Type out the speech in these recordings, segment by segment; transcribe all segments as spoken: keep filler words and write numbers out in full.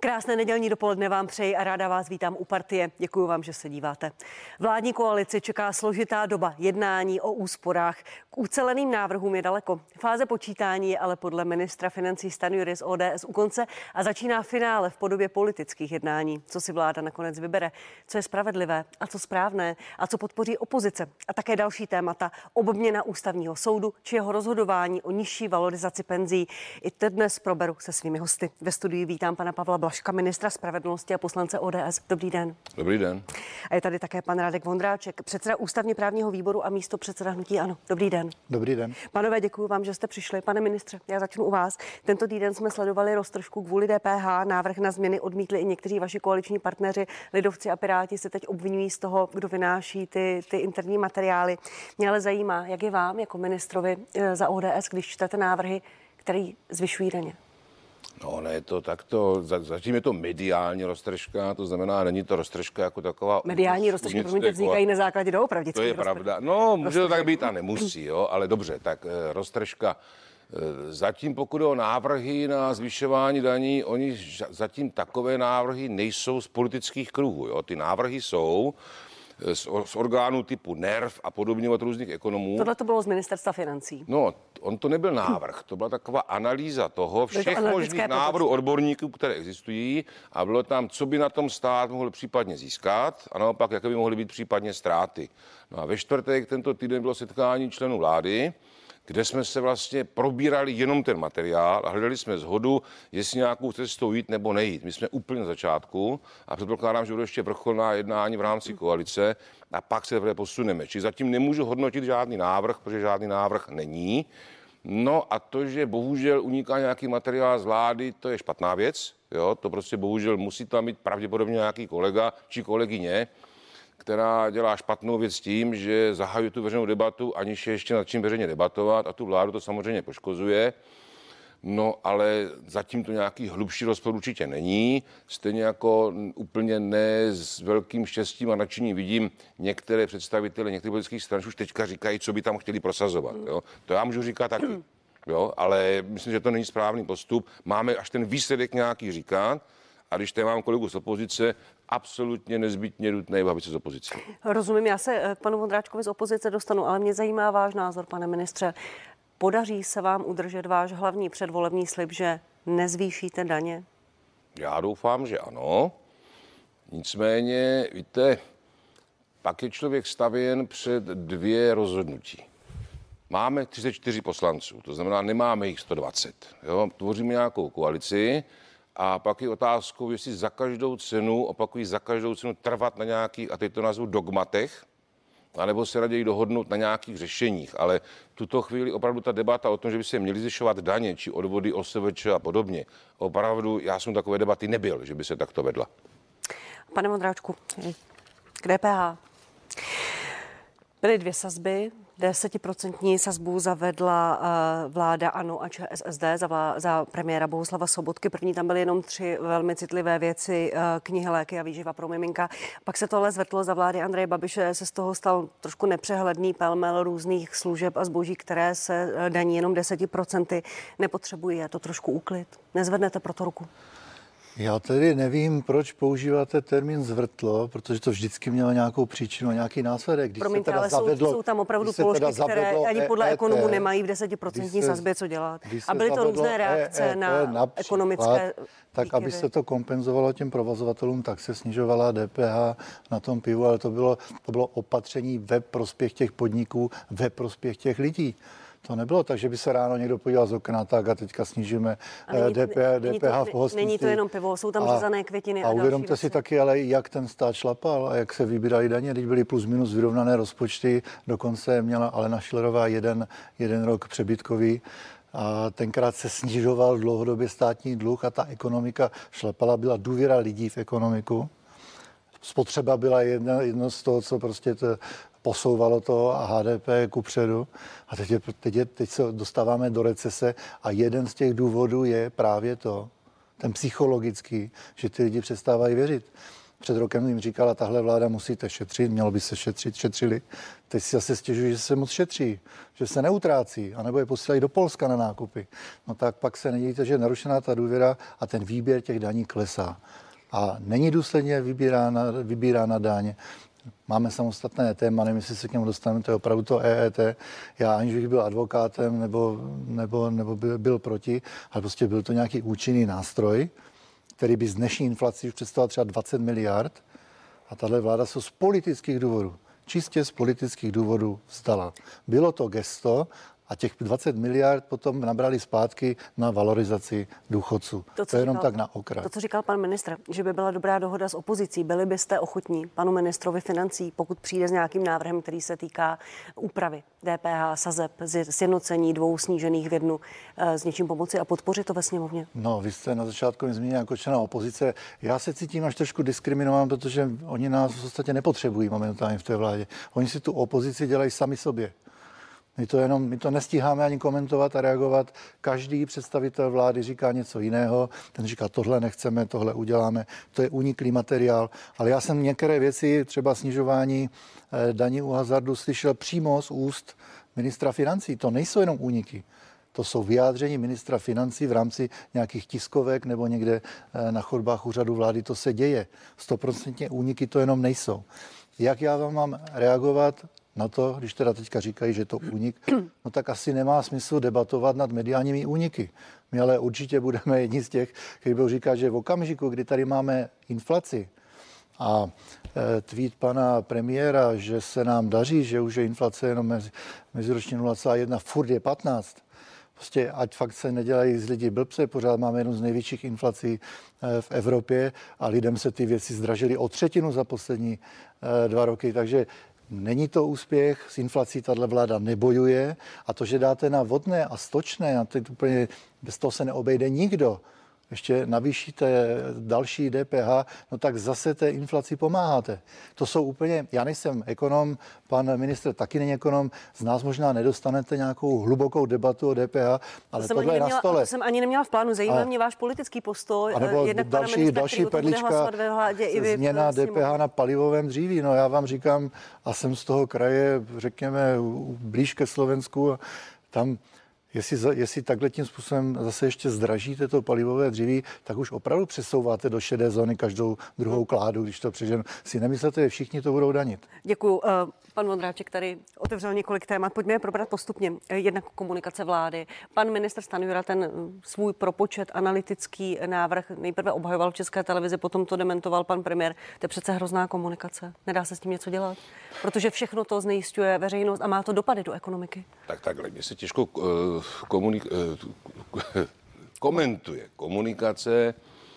Krásné nedělní dopoledne vám přeji a ráda vás vítám u Partie. Děkuji vám, že se díváte. Vládní koalici čeká složitá doba jednání o úsporách. K uceleným návrhům je daleko. Fáze počítání je ale podle ministra financí Stanjury z O D S u konce a začíná finále v podobě politických jednání. Co si vláda nakonec vybere, co je spravedlivé a co správné a co podpoří opozice. A také další témata: obměna ústavního soudu či jeho rozhodování o nižší valorizaci penzí. I to dnes proberu se svými hosty. Ve studiu vítám pana Pavla Blažka, ministra spravedlnosti a poslance O D S. Dobrý den. Dobrý den. A je tady také pan Radek Vondráček, předseda ústavně právního výboru a místo předseda hnutí ANO. Dobrý den. Dobrý den. Pánové, děkuji vám, že jste přišli. Pane ministře, já začnu u vás. Tento týden jsme sledovali roztržku kvůli D P H. Návrh na změny odmítli i někteří vaši koaliční partneři. Lidovci a Piráti se teď obvinují z toho, kdo vynáší ty, ty interní materiály. Mě ale zajímá, jak je vám jako ministrovi za O D S, když čtete návrhy, které zvyšují daně. No, ne, to takto, zatím je to mediální roztržka, to znamená, není to roztržka jako taková. Mediální roztržky, promiňte, vznikají na základě doopravdy. To je pravda. No, může to tak být a nemusí, jo, ale dobře, tak e, roztržka. E, zatím, pokud o návrhy na zvyšování daní, oni zatím takové návrhy nejsou z politických kruhů, jo. Ty návrhy jsou z, z orgánů typu NERV a podobně od různých ekonomů. Tohle to bylo z ministerstva financí. No, on to nebyl návrh, to byla taková analýza toho, všech možných návrhů odborníků, které existují, a bylo tam, co by na tom stát mohl případně získat a naopak, jaké by mohly být případně ztráty. No a ve čtvrtek tento týden bylo setkání členů vlády, kde jsme se vlastně probírali jenom ten materiál a hledali jsme shodu, jestli nějakou cestou jít nebo nejít. My jsme úplně na začátku a předpokládám, že budou ještě vrcholná jednání v rámci koalice a pak se teprve posuneme. Či zatím nemůžu hodnotit žádný návrh, protože žádný návrh není. No a to, že bohužel uniká nějaký materiál z vlády, to je špatná věc. Jo? To prostě bohužel musí tam mít pravděpodobně nějaký kolega či kolegyně, která dělá špatnou věc tím, že zahajuje tu veřejnou debatu, aniž je ještě nad čím veřejně debatovat, a tu vládu to samozřejmě poškozuje. No ale zatím to nějaký hlubší rozpor určitě není. Stejně jako úplně ne s velkým štěstím a nadšením vidím některé představitele některých politických stran už teďka říkají, co by tam chtěli prosazovat. Jo? To já můžu říkat taky. Jo? Ale myslím, že to není správný postup. Máme až ten výsledek nějaký říkat. A když tady mám kolegu z opozice, absolutně nezbytně nutné bavit se z opozice. Rozumím, já se k panu Vondráčkovi z opozice dostanu, ale mě zajímá váš názor, pane ministře. Podaří se vám udržet váš hlavní předvolební slib, že nezvýšíte daně? Já doufám, že ano. Nicméně, víte, pak je člověk stavěn před dvě rozhodnutí. Máme třicet čtyři poslanců, to znamená, nemáme jich sto dvacet. Jo? Tvoříme nějakou koalici. A pak je otázkou, jestli za každou cenu, opakují, za každou cenu trvat na nějakých, a teď to nazvu dogmatech, anebo se raději dohodnout na nějakých řešeních. Ale v tuto chvíli opravdu ta debata o tom, že by se měly zvyšovat daně či odvody O S V Č a podobně, opravdu já jsem takové debaty nebyl, že by se takto vedla. Pane Vondráčku, k D P H. Byly dvě sazby. Desetiprocentní sazbu zavedla uh, vláda ANO a Č S S D za, vlá, za premiéra Bohuslava Sobotky. První tam byly jenom tři velmi citlivé věci, uh, knihy, léky a výživa pro miminka. Pak se to ale zvrtlo za vlády Andreje Babiše, se z toho stal trošku nepřehledný pelmel různých služeb a zboží, které se uh, daní jenom deseti procenty. Nepotřebují, je to trošku úklid. Nezvednete proto ruku? Já tedy nevím, proč používáte termín zvrtlo, protože to vždycky mělo nějakou příčinu a nějaký následek. Když Promiňte, se teda ale zavedlo, jsou, jsou tam opravdu položky, které ani podle ekonomů nemají v desetiprocentní sazbě co dělat. A byly to různé reakce E E T na ekonomické tak, aby se to kompenzovalo těm provozovatelům, tak se snižovala D P H na tom pivu, ale to bylo, to bylo opatření ve prospěch těch podniků, ve prospěch těch lidí. To nebylo tak, že by se ráno někdo podíval z okna, tak a teďka snížíme není, D P H, není D P H to, v pohostinství. Není to jenom pivo, jsou tam řezané květiny a, a uvědomte další si věci. taky, ale jak ten stát šlapal a jak se vybíraly daně, když byly plus minus vyrovnané rozpočty, dokonce měla Alena Schillerová jeden, jeden rok přebytkový. A tenkrát se snižoval dlouhodobě státní dluh a ta ekonomika šlapala, byla důvěra lidí v ekonomiku. Spotřeba byla jedna, jedno z toho, co prostě to posouvalo to a H D P kupředu. A teď, je, teď, je, teď se dostáváme do recese a jeden z těch důvodů je právě to, ten psychologický, že ty lidi přestávají věřit. Před rokem jim říkala, tahle vláda musíte šetřit, mělo by se šetřit, šetřili. Teď si zase stěžují, že se moc šetří, že se neutrácí, anebo je posílají do Polska na nákupy. No tak pak se nedíte, že je narušená ta důvěra a ten výběr těch daní klesá. A není důsledně vybírána, vybírána daň. Máme samostatné téma, nevím, jestli se k němu dostaneme, to je opravdu to E E T. Já aniž bych byl advokátem nebo, nebo, nebo byl, byl proti, ale prostě byl to nějaký účinný nástroj, který by z dnešní inflací představoval třeba dvacet miliard a tahle vláda se z politických důvodů, čistě z politických důvodů vzdala. Bylo to gesto a těch dvacet miliard potom nabrali zpátky na valorizaci důchodců. To, to je jenom říkal, tak na okraj. To, co říkal pan ministr, že by byla dobrá dohoda s opozicí, byli byste ochotní panu ministrovi financí, pokud přijde s nějakým návrhem, který se týká úpravy D P H, sazeb, sjednocení dvou snížených v jednu, s něčím pomoci a podpořit to ve sněmovně? No, vy jste na začátku zmínil jako člena opozice. Já se cítím až trošku diskriminován, protože oni nás v podstatě nepotřebují momentálně v té vládě. Oni si tu opozici dělají sami sobě. My to jenom, my to nestíháme ani komentovat a reagovat. Každý představitel vlády říká něco jiného. Ten říká, tohle nechceme, tohle uděláme. To je uniklý materiál. Ale já jsem některé věci, třeba snižování eh, daní u hazardu, slyšel přímo z úst ministra financí. To nejsou jenom úniky. To jsou vyjádření ministra financí v rámci nějakých tiskovek nebo někde eh, na chodbách úřadu vlády. To se děje. Stoprocentně úniky to jenom nejsou. Jak já vám mám reagovat na to, když teda teďka říkají, že to únik, no tak asi nemá smysl debatovat nad mediálními úniky. My ale určitě budeme jedni z těch, kteří budou říkat, že v okamžiku, kdy tady máme inflaci a e, tweet pana premiéra, že se nám daří, že už je inflace jenom mezi, meziročně nula celá jedna, furt je patnáct. Prostě ať fakt se nedělají z lidí blbce, pořád máme jednu z největších inflací e, v Evropě a lidem se ty věci zdražily o třetinu za poslední e, dva roky, takže není to úspěch, s inflací tato vláda nebojuje a to, že dáte na vodné a stočné, a teď úplně bez toho se neobejde nikdo, ještě navýšíte další D P H, no tak zase té inflaci pomáháte. To jsou úplně, já nejsem ekonom, pan ministr taky není ekonom, z nás možná nedostanete nějakou hlubokou debatu o D P H, ale to tohle je na stole. To jsem ani neměla v plánu, zajímá mě váš politický postoj. A nebo jednak další, ministra, další perlička, ve vládě, i vy změna D P H na palivovém dříví. No já vám říkám, a jsem z toho kraje, řekněme, blíž ke Slovensku, a tam Jestli, jestli takhle tím způsobem zase ještě zdražíte to palivové dříví, tak už opravdu přesouváte do šedé zóny každou druhou kládu, když to přeženu. Si nemyslete, že všichni to budou danit. Děkuju. Pan Vondráček tady otevřel několik témat. Pojďme je probrat postupně. Jednak komunikace vlády. Pan ministr Stanjura ten svůj propočet, analytický návrh nejprve obhajoval v České televizi, potom to dementoval pan premiér. To je přece hrozná komunikace. Nedá se s tím něco dělat? Protože všechno to znejisťuje veřejnost a má to dopady do ekonomiky. Tak takhle, mě se těžko uh, komunik- uh, komentuje komunikace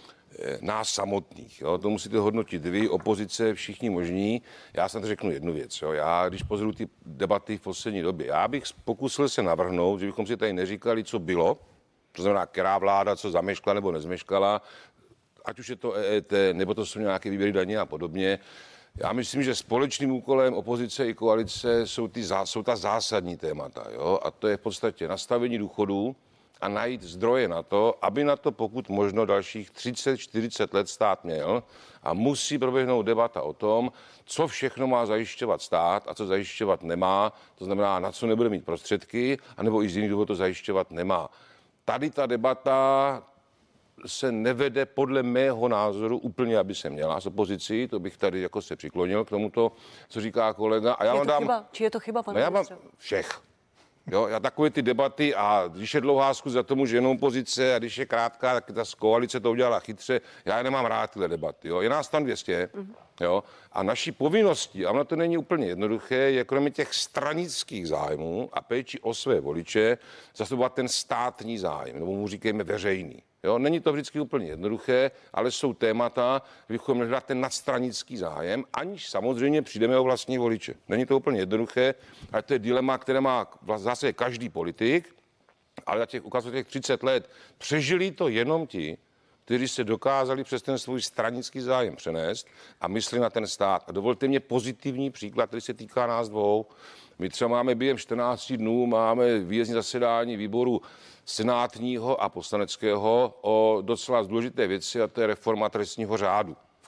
nás samotných. Jo? To musíte hodnotit vy, opozice, všichni možní. Já jsem to řeknu jednu věc. Jo? Já, když pozoruju ty debaty v poslední době, já bych pokusil se navrhnout, že bychom si tady neříkali, co bylo, to znamená, která vláda, co zameškala nebo nezmeškala, ať už je to E E T, nebo to jsou nějaké výběry daně a podobně. Já myslím, že společným úkolem opozice i koalice jsou, ty, jsou ta zásadní témata. Jo? A to je v podstatě nastavení důchodů a najít zdroje na to, aby na to pokud možno dalších třicet čtyřicet let stát měl a musí proběhnout debata o tom, co všechno má zajišťovat stát a co zajišťovat nemá, to znamená, na co nebude mít prostředky, anebo i z jiných důvodů to zajišťovat nemá. Tady ta debata se nevede podle mého názoru úplně, aby se měla s opozicí, to bych tady jako se přiklonil k tomuto, co říká kolega. A já je vám to dám, chyba? Či je to chyba, pane no já mám všech. Jo, já takové ty debaty a když je dlouhá schůze za tomu, že jenom opozice a když je krátká, tak ta koalice to udělala chytře. Já je nemám rád tyhle debaty. Jo. Je nás tam dvě stě. Mm-hmm. Jo. A naší povinností, a ono to není úplně jednoduché, je kromě těch stranických zájmů a péči o své voliče zastupovat ten státní zájem, nebo mu říkejme veřejný. Jo, není to vždycky úplně jednoduché, ale jsou témata, bychom měli dát ten nadstranický zájem, aniž samozřejmě přijdeme o vlastní voliče. Není to úplně jednoduché, ale to je dilema, které má zase každý politik, ale za těch ukazů těch třicet let přežili to jenom ti, kteří se dokázali přes ten svůj stranický zájem přenést a myslí na ten stát. A dovolte mě pozitivní příklad, který se týká nás dvou. My třeba máme během čtrnácti dnů, máme výjezdní zasedání výboru senátního a poslaneckého o docela důležité věci, a to je reforma trestního řádu.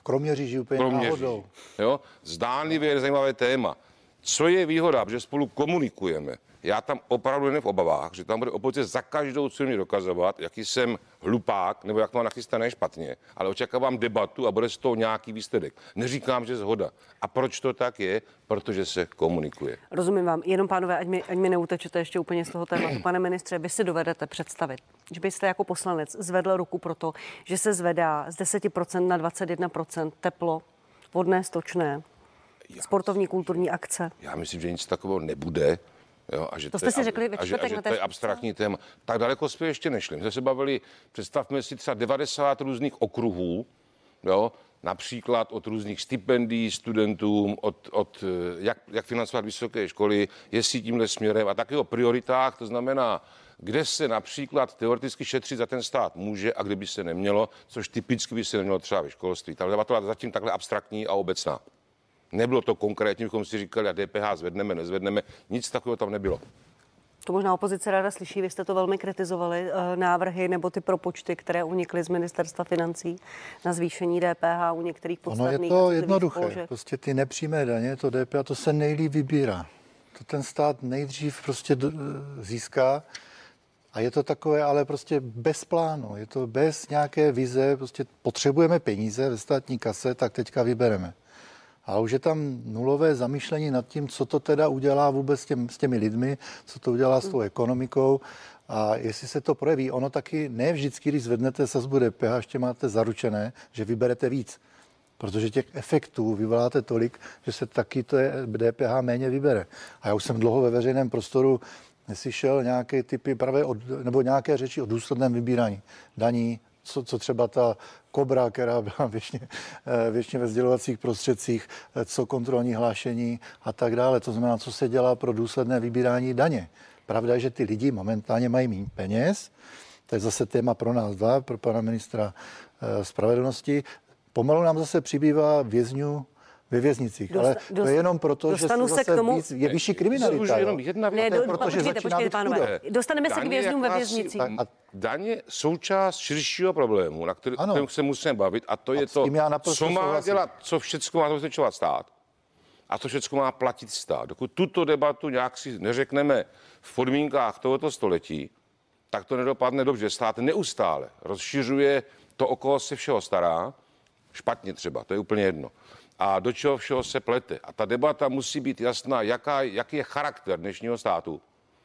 Kroměříži úplně Kroměříži, náhodou. Jo? Zdánlivě zajímavé téma. Co je výhoda, že spolu komunikujeme? Já tam opravdu nejsem v obavách, že tam bude opozice za každou cenu mě dokazovat, jaký jsem hlupák, nebo jak mám nachystané špatně, ale očekávám debatu a bude z toho nějaký výsledek. Neříkám, že zhoda. A proč to tak je? Protože se komunikuje. Rozumím vám. Jenom, pánové, ať mi, ať mi neutečete ještě úplně z toho tématu. Pane ministře, vy si dovedete představit, že byste jako poslanec zvedl ruku pro to, že se zvedá z deset procent na dvacet jedna procent teplo, vodné, stočné, já sportovní, kulturní akce? Já myslím, že nic takového nebude. Jo, a že to jste si řekli ve a že, a že to je abstraktní téma. Tak daleko jsme ještě nešli. My jsme se bavili, představme si třeba devadesát různých okruhů, jo, například od různých stipendií studentům, od, od jak, jak financovat vysoké školy, jestli tímhle směrem a taky o prioritách, to znamená, kde se například teoreticky šetřit za ten stát může a kde by se nemělo, což typicky by se nemělo třeba ve školství. Ta debata je zatím takhle abstraktní a obecná. Nebylo to konkrétně, bychom si říkali, a D P H zvedneme, nezvedneme, nic takového tam nebylo. To možná opozice ráda slyší, vy jste to velmi kritizovali, návrhy nebo ty propočty, které unikly z ministerstva financí na zvýšení D P H u některých podstatných. Ono je to jednoduché, položek. Prostě ty nepřímé daně, to D P H, to se nejlíp vybírá. To ten stát nejdřív prostě získá a je to takové, ale prostě bez plánu, je to bez nějaké vize, prostě potřebujeme peníze ve státní kase, tak teďka vybereme. A už je tam nulové zamýšlení nad tím, co to teda udělá vůbec s, těm, s těmi lidmi, co to udělá s tou ekonomikou a jestli se to projeví. Ono taky ne vždycky, když zvednete sazbu D P H, ještě máte zaručené, že vyberete víc. Protože těch efektů vyvoláte tolik, že se taky to D P H méně vybere. A já už jsem dlouho ve veřejném prostoru neslyšel nějaké typy právě od, nebo nějaké řeči o důsledném vybírání daní, co, co třeba ta Kobra, která byla věčně, věčně ve sdělovacích prostředcích, co kontrolní hlášení a tak dále. To znamená, co se dělá pro důsledné vybírání daně. Pravda je, že ty lidi momentálně mají méně peněz. To je zase téma pro nás dva, pro pana ministra spravedlnosti. Pomalu nám zase přibývá vězňů ve věznicích, dost, ale to dost, je jenom proto, že se zase k tomu, víc, je vyšší kriminalita. Jenom jedna ne, do, protože počkejte, počkejte, pánové. Dostaneme se k vězňům ve věznicích. A daň je součást širšího problému, na který, kterém se musíme bavit, a to a je to, co má souhlasím. dělat, co všechno má zabezpečovat stát a co všechno má platit stát. Dokud tuto debatu nějak si neřekneme v podmínkách tohoto století, tak to nedopadne dobře. Stát neustále rozšiřuje to, o koho se všeho stará, špatně třeba, to je úplně jedno. A do čeho všeho se plete. A ta debata musí být jasná, jaká, jaký je charakter dnešního státu.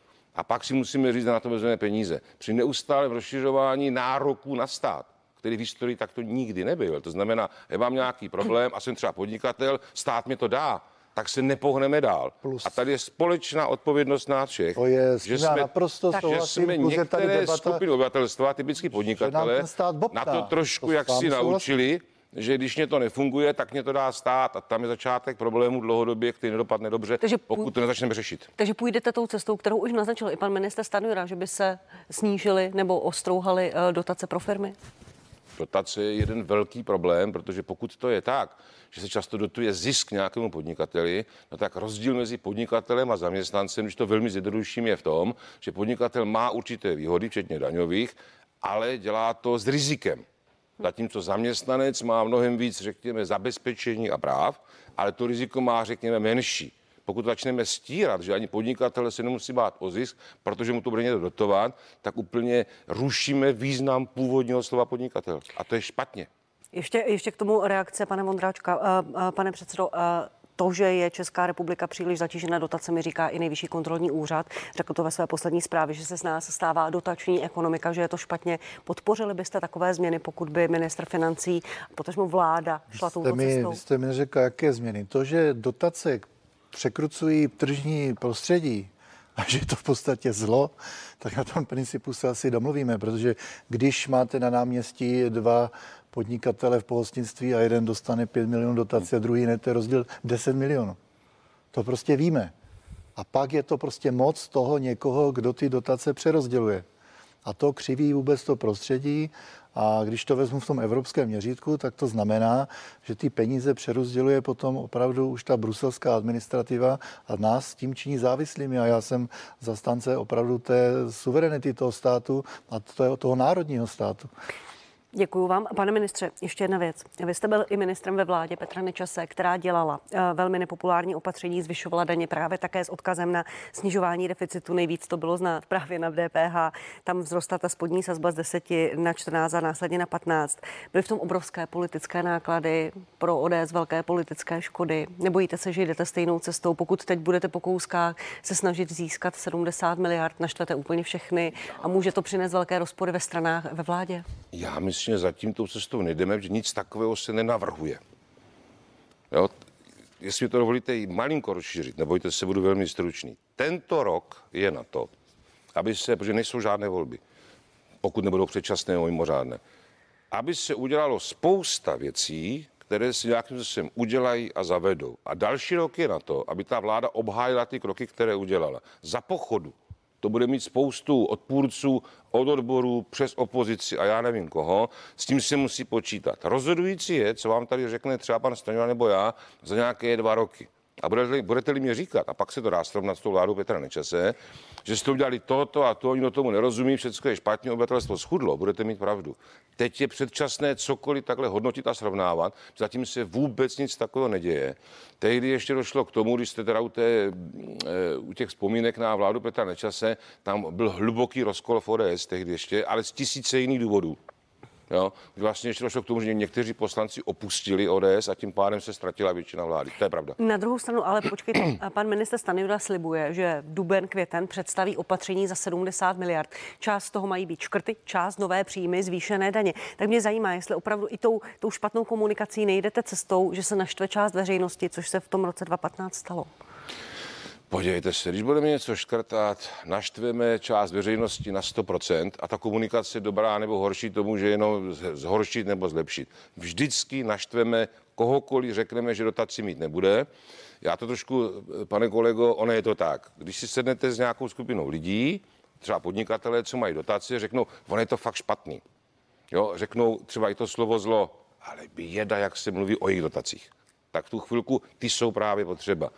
A pak si musíme říct, že na to vezmeme peníze. Při neustálém rozšiřování nároků na stát, který v historii takto nikdy nebyl. To znamená, já mám nějaký problém a jsem třeba podnikatel, stát mi to dá, tak se nepohneme dál. Plus. A tady je společná odpovědnost nás všech, to je, že jsme, naprosto že jsme některé debata, skupiny obyvatelstva, typicky podnikatele, na to trošku to jak si naučili, že když mě to nefunguje, tak mě to dá stát a tam je začátek problému dlouhodobě, který nedopadne dobře, takže pokud to nezačneme řešit. Takže půjdete tou cestou, kterou už naznačil i pan ministr Stanjura, že by se snížily nebo ostrouhaly dotace pro firmy? Dotace je jeden velký problém, protože pokud to je tak, že se často dotuje zisk nějakému podnikateli, no tak rozdíl mezi podnikatelem a zaměstnancem, když to velmi zjednoduším, je v tom, že podnikatel má určité výhody, včetně daňových, ale dělá to s rizikem. Zatímco zaměstnanec má mnohem víc, řekněme, zabezpečení a práv, ale to riziko má, řekněme, menší. Pokud začneme stírat, že ani podnikatel se nemusí bát o zisk, protože mu to bude někdo dotovat, tak úplně rušíme význam původního slova podnikatel. A to je špatně. Ještě, ještě k tomu reakce, pane Vondráčka. Uh, uh, pane předsedo, uh, to, že je Česká republika příliš zatížena dotacemi, říká i Nejvyšší kontrolní úřad. Řekl to ve své poslední zprávě, že se s nás stává dotační ekonomika, že je to špatně. Podpořili byste takové změny, pokud by ministr financí, potažmo vláda, šla touto cestou? Vy jste mi řekl, jaké změny. To, že dotace překrucují tržní prostředí a že je to v podstatě zlo, tak na tom principu se asi domluvíme, protože když máte na náměstí dva podnikatele v pohostinství a jeden dostane pět milionů dotace a druhý ne, to je rozdíl deset milionů. To prostě víme. A pak je to prostě moc toho někoho, kdo ty dotace přerozděluje. A to křiví vůbec to prostředí. A když to vezmu v tom evropském měřítku, tak to znamená, že ty peníze přerozděluje potom opravdu už ta bruselská administrativa a nás s tím činí závislými. A já jsem zastánce opravdu té suverenity toho státu a toho národního státu. Děkuju vám. Pane ministře, ještě jedna věc. Vy jste byl i ministrem ve vládě Petra Nečase, která dělala uh, velmi nepopulární opatření, zvyšovala daně právě také s odkazem na snižování deficitu. Nejvíc to bylo znát právě na D P H. Tam vzrostla ta spodní sazba z deseti na čtrnáct a následně na patnáct. Byly v tom obrovské politické náklady, pro O D S velké politické škody. Nebojíte se, že jdete stejnou cestou? Pokud teď budete po kouskách se snažit získat sedmdesát miliard, naštvete úplně všechny a může to přinést velké rozpory ve stranách ve vládě? Já myslím, že zatím tou cestou nejdeme, že nic takového se nenavrhuje. Jo? Jestli mi to dovolíte i malinko rozšířit, nebojte se, budu velmi stručný. Tento rok je na to, aby se, protože nejsou žádné volby, pokud nebudou předčasné nebo mimořádné, aby se udělalo spousta věcí, které si nějakým způsobem udělají a zavedou. A další rok je na to, aby ta vláda obhájila ty kroky, které udělala. Za pochodu to bude mít spoustu odpůrců od odborů přes opozici a já nevím koho. S tím se musí počítat. Rozhodující je, co vám tady řekne třeba pan Stanjura nebo já za nějaké dva roky. A budete-li, budete-li mě říkat, a pak se to dá srovnat s tou vládou Petra Nečase, že jste udělali toto a to, nikdo tomu nerozumí, všechno je špatně, obyvatelstvo schudlo, budete mít pravdu. Teď je předčasné cokoliv takhle hodnotit a srovnávat, zatím se vůbec nic takového neděje. Tehdy ještě došlo k tomu, když jste teda u, té, u těch vzpomínek na vládu Petra Nečase, tam byl hluboký rozkol v O D S tehdy ještě, ale z tisíce jiných důvodů. Jo, vlastně ještě došlo k tomu, že někteří poslanci opustili O D S a tím pádem se ztratila většina vlády. To je pravda. Na druhou stranu, ale počkejte, pan ministr Stanjura slibuje, že duben, květen představí opatření za sedmdesát miliard. Část z toho mají být škrty, část nové příjmy, zvýšené daně. Tak mě zajímá, jestli opravdu i tou, tou špatnou komunikací nejdete cestou, že se naštve část veřejnosti, což se v tom roce dva tisíce patnáct stalo. Podívejte se, když budeme něco škrtat, naštveme část veřejnosti na sto procent a ta komunikace dobrá nebo horší, to může jenom zhoršit nebo zlepšit. Vždycky naštveme kohokoliv, řekneme, že dotaci mít nebude. Já to trošku, pane kolego, ono je to tak. Když si sednete s nějakou skupinou lidí, třeba podnikatelé, co mají dotaci, řeknou, ono je to fakt špatný. Jo, řeknou třeba i to slovo zlo, ale běda, jak se mluví o jejich dotacích. Tak v tu chvilku ty jsou právě potřeba.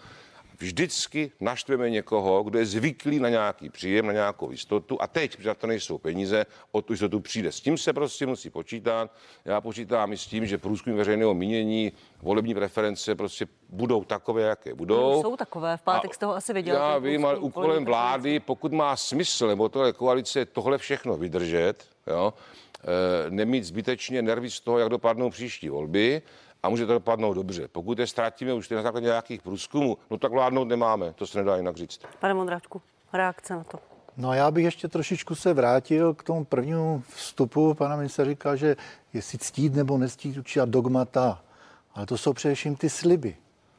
Vždycky naštveme někoho, kdo je zvyklý na nějaký příjem, na nějakou jistotu a teď, protože to nejsou peníze, o tu jistotu přijde. S tím se prostě musí počítat. Já počítám i s tím, že průzkum veřejného mínění, volební preference prostě budou takové, jaké budou. Jsou takové, v pátek z toho asi viděl. Já vím, ale úkolem vlády, pokud má smysl, nebo tohle koalice tohle všechno vydržet, jo, e, nemít zbytečně nervy z toho, jak dopadnou příští volby, a může to dopadnout dobře. Pokud je ztratíme už na základě nějakých průzkumů, no tak vládnout nemáme, to se nedá jinak říct. Pane Vondráčku, reakce na to. No já bych ještě trošičku se vrátil k tomu prvnímu vstupu. Pana ministra říkal, že jestli ctít nebo nectít určitá dogmata, ale to jsou především ty sliby.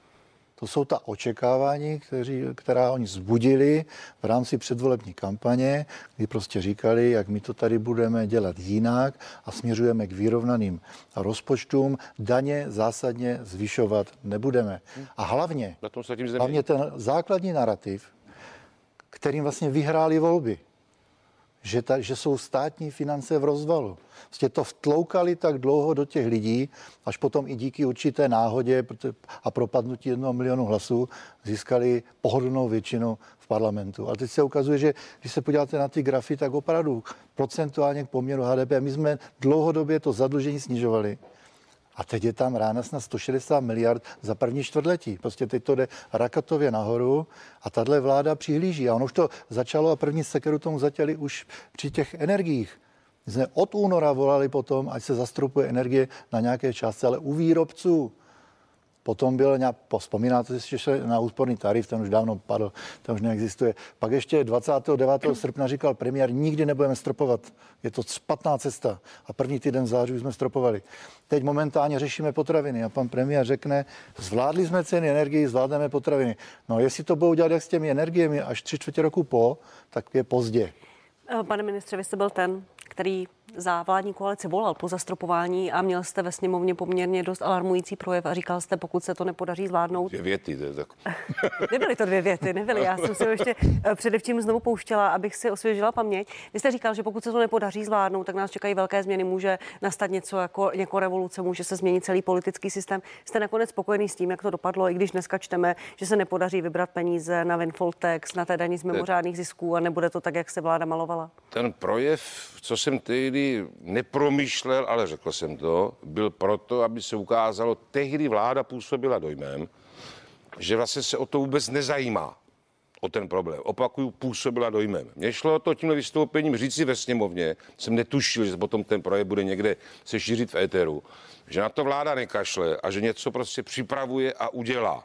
To jsou ta očekávání, kteří, která oni vzbudili v rámci předvolební kampaně, kdy prostě říkali, jak my to tady budeme dělat jinak a směřujeme k vyrovnaným rozpočtům. Daně zásadně zvyšovat nebudeme. A hlavně, hlavně ten základní narrativ, kterým vlastně vyhráli volby, že, ta, že jsou státní finance v rozvalu. Vlastně to vtloukali tak dlouho do těch lidí, až potom i díky určité náhodě a propadnutí jednoho milionu hlasů získali pohodlnou většinu v parlamentu. A teď se ukazuje, že když se podíváte na ty grafy, tak opravdu procentuálně k poměru H D P, my jsme dlouhodobě to zadlužení snižovali. A teď je tam rána snad sto šedesát miliard za první čtvrtletí. Prostě teď to jde rakatově nahoru a tahle vláda přihlíží. A ono už to začalo a první sekeru tomu zatěli už při těch energiích. My jsme od února volali potom, ať se zastropuje energie na nějaké částce, ale u výrobců. Potom byl nějak, vzpomínáte si, že na úsporný tarif, ten už dávno padl, ten už neexistuje. Pak ještě dvacátého devátého srpna říkal premiér, nikdy nebudeme stropovat. Je to špatná cesta. A první týden v září už jsme stropovali. Teď momentálně řešíme potraviny a pan premiér řekne, zvládli jsme ceny energii, zvládneme potraviny. No jestli to budou dělat jak s těmi energiemi až tři čtvrtě roku po, tak je pozdě. Pane ministře, vy jste byl ten, který za vládní koalici volal po zastropování a měl jste ve sněmovně poměrně dost alarmující projev a říkal jste, pokud se to nepodaří zvládnout. Dvě věty, to je tak. Nebyly to dvě věty, nebyly. Já jsem si ho ještě především znovu pouštěla, abych si osvěžila paměť. Vy jste říkal, že pokud se to nepodaří zvládnout, tak nás čekají velké změny, může nastat něco jako, jako revoluce, může se změnit celý politický systém. Jste nakonec spokojený s tím, jak to dopadlo, i když dneska čteme, že se nepodaří vybrat peníze na windfall tax, na té daní z mimořádných zisků a nebude to tak, jak se vláda malovala. Ten projev, co jsem tehdy tehdy nepromyšlel, ale řekl jsem to, byl proto, aby se ukázalo, tehdy vláda působila dojmem, že vlastně se o to vůbec nezajímá, o ten problém. Opakuju, působila dojmem. Mně šlo o to tímhle vystoupením říci ve sněmovně, jsem netušil, že potom ten projev bude někde se šířit v éteru, že na to vláda nekašle a že něco prostě připravuje a udělá.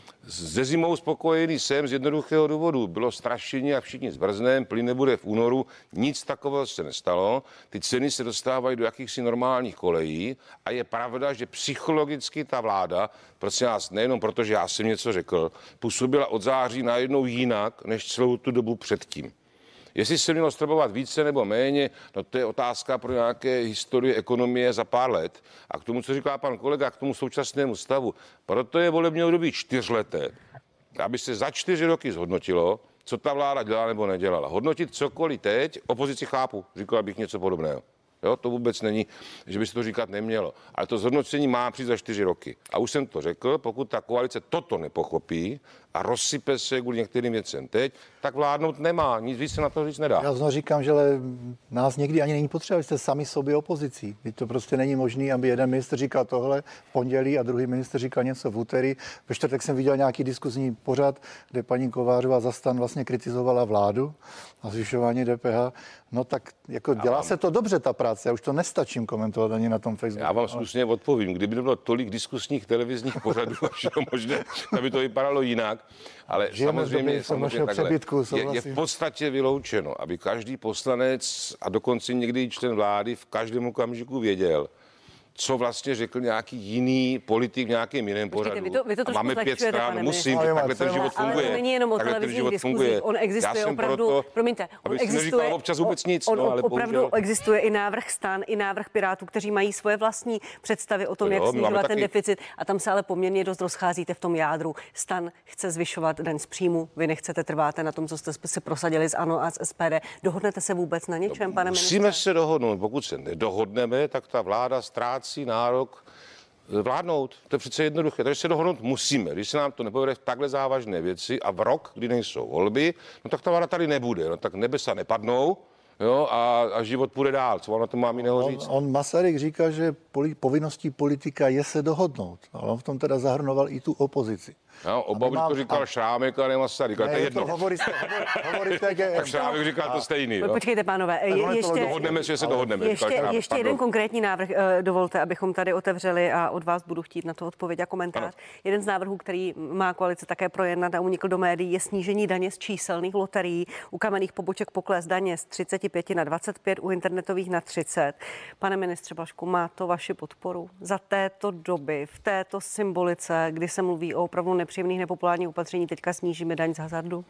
Se zimou spokojený jsem z jednoduchého důvodu. Bylo strašení a všichni zmrznem, plyn nebude v únoru, nic takového se nestalo. Ty ceny se dostávají do jakýchsi normálních kolejí a je pravda, že psychologicky ta vláda, prosím vás, nejenom proto, že já jsem něco řekl, působila od září najednou jinak, než celou tu dobu předtím. Jestli se mělo stropovat více nebo méně, no to je otázka pro nějaké historie ekonomie za pár let. A k tomu, co říká pan kolega, k tomu současnému stavu, proto je volební období čtyřleté, aby se za čtyři roky zhodnotilo, co ta vláda dělá nebo nedělala. Hodnotit cokoliv teď, opozici chápu, říkal bych něco podobného. Jo, to vůbec není, že by se to říkat nemělo. Ale to zhodnocení má přijít za čtyři roky. A už jsem to řekl, pokud ta koalice toto nepochopí a rozsype se kvůli některým věcem teď, tak vládnout nemá. Nic víc se na to říct nedá. Já znovu říkám, že ale nás někdy ani není potřeba, jste sami sobě opozicí. Teď to prostě není možné, aby jeden ministr říkal tohle v pondělí a druhý ministr říkal něco v úterý. Ve čtvrtek jsem viděl nějaký diskuzní pořad, kde paní Kovářová za STAN vlastně kritizovala vládu a zvyšování D P H. No tak jako dělá vám... se to dobře ta práce, já už to nestačím komentovat ani na tom Facebooku. Já vám slušně odpovím, kdyby nebylo tolik diskusních televizních pořadů a všechno možné, aby to vypadalo jinak. Ale Žijeme samozřejmě, samozřejmě takhle, přebytku, je, je v podstatě vyloučeno, aby každý poslanec a dokonce někdy i člen vlády v každém okamžiku věděl, co vlastně řekl nějaký jiný politik v nějakém jiném pořadu. Vy to, vy to a máme pět stran, musím, ale takhle ten život funguje. Ale to není jenom o televizních diskuzích, on existuje opravdu, proto, promiňte, on existuje, občas vůbec nic, on, no, ale opravdu bohužel. Existuje i návrh STAN, i návrh Pirátů, kteří mají svoje vlastní představy o tom, no jak jo, snižovat ten taky... deficit a tam se ale poměrně dost rozcházíte v tom jádru. STAN chce zvyšovat daň z příjmu, vy nechcete, trváte na tom, co jste si prosadili z ANO a z S P D. Dohodnete se vůbec na něčem, no, pane ministře? Musíme se dohodnout, pokud se nedohodneme, tak ta vláda ztrácí nárok vládnout. To je přece jednoduché. Takže se dohodnout musíme. Když se nám to nepovede v takhle závažné věci a v rok, kdy nejsou volby, no tak ta vláda tady nebude. No tak nebesa nepadnou, jo, a, a život půjde dál. Co vám na to mám jiného říct? On, on Masaryk říká, že poli, povinností politika je se dohodnout. Ale on v tom teda zahrnoval i tu opozici. No, oba mám, to říkal a... Šrámek a ne Masaryk. Ne, to je jedno. To hovoríte, hovoríte, že... Tak Šrámek říkal to stejný. Jo? Počkejte, pánové. Je, ještě, dohodneme, že se dohodneme. Ještě, ještě, ještě jeden konkrétní návrh. Dovolte, abychom tady otevřeli a od vás budu chtít na to odpověď a komentář. Ano. Jeden z návrhů, který má koalice také projednat a unikl do médií, je snížení daně z číselných loterií. U kamenných poboček pokles daně z třicet pět na dvacet pět, u internetových na třicet. Pane ministře Blažku, má to vaši podporu za této doby, v této symbolice, kdy se mluví o opravdu nepříjemných, nepopulárních opatření, teďka snížíme daň z hazardu?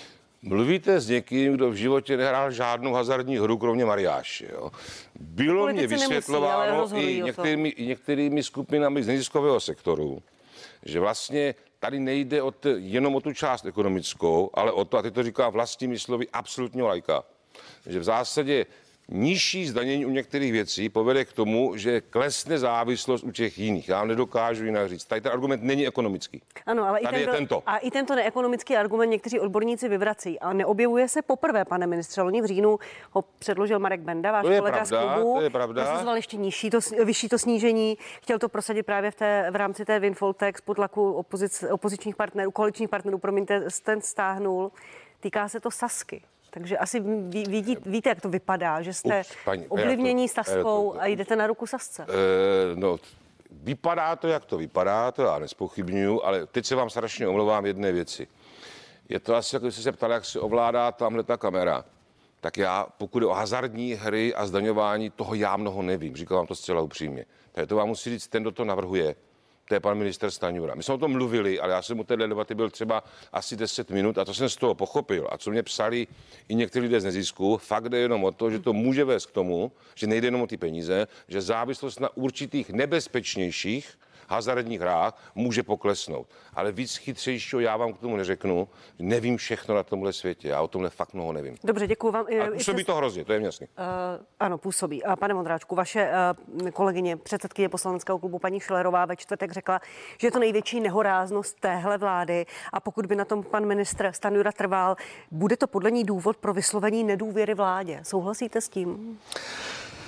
Mluvíte s někým, kdo v životě nehrál žádnou hazardní hru, kromě mariáše. Jo? Bylo mě vysvětlováno nemusí, i, některými, i některými skupinami z neziskového sektoru, že vlastně tady nejde o t, jenom o tu část ekonomickou, ale o to, a teď to říká vlastními slovy absolutního laika, že v zásadě nižší zdanění u některých věcí povede k tomu, že klesne závislost u těch jiných. Já nedokážu jinak říct. Tady ten argument není ekonomický. Ano, ale tady i tento, je tento. A i tento neekonomický argument někteří odborníci vyvrací. A neobjevuje se poprvé, pane ministře. Loni v říjnu ho předložil Marek Benda, váš kolega pravda, z klubu. To je pravda. Prosazoval ještě nižší to, vyšší to snížení. Chtěl to prosadit právě v, té, v rámci té windfall tax pod tlaku opozic, opozičních partnerů, koaličních partnerů, promiňte, ten stáhnul. Týká se to Sazky. Takže asi ví, ví, víte, jak to vypadá, že jste Ups, paní, ovlivnění Sazkou a jdete na ruku Sazce. E, no, vypadá to, jak to vypadá, to já nezpochybňuju, ale teď se vám strašně omlouvám jedné věci. Je to asi, jako jste se ptali, jak se ovládá tamhle ta kamera. Tak já, pokud je o hazardní hry a zdaňování, toho já mnoho nevím. Říkám vám to zcela upřímně. Takže to vám musí říct ten, kdo to navrhuje. To je pan ministr Stanjura. My jsme o tom mluvili, ale já jsem u téhle debaty byl třeba asi deset minut a to jsem z toho pochopil. A co mě psali i někteří lidé z nezisku, fakt jde jenom o to, že to může vést k tomu, že nejde jenom o ty peníze, že závislost na určitých nebezpečnějších hazardních hrách může poklesnout. Ale víc chytřejšího já vám k tomu neřeknu. Nevím všechno na tomhle světě. Já o tomhle fakt mnoho nevím. Dobře, děkuji vám. A působí jste... to hrozně, to je jasný. Uh, ano, působí. Uh, pane Vondráčku, vaše uh, kolegyně, předsedkyně poslaneckého klubu paní Schillerová ve čtvrtek řekla, že je to největší nehoráznost téhle vlády a pokud by na tom pan ministr Stanjura trval, bude to podle ní důvod pro vyslovení nedůvěry vládě. Souhlasíte s tím?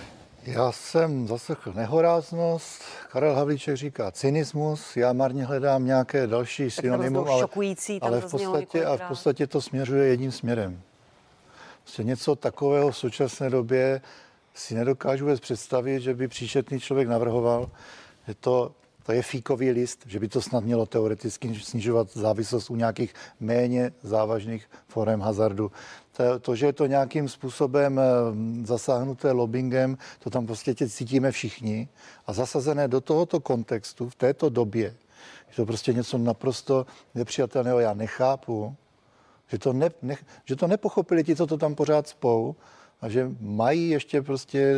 Já jsem zaslechl nehoráznost, Karel Havlíček říká cynismus, já marně hledám nějaké další synonymum, ale, ale v, podstatě, a v podstatě to směřuje jedním směrem. Prostě něco takového v současné době si nedokážu vůbec představit, že by příčetný člověk navrhoval, že to, to je fíkový list, že by to snad mělo teoreticky snižovat závislost u nějakých méně závažných forem hazardu. To, to, že je to nějakým způsobem zasáhnuté lobbingem, to tam prostě cítíme všichni a zasazené do tohoto kontextu v této době, je to prostě něco naprosto nepřijatelného. Já nechápu, že to, ne, ne, že to nepochopili ti, co to tam pořád spou a že mají ještě prostě,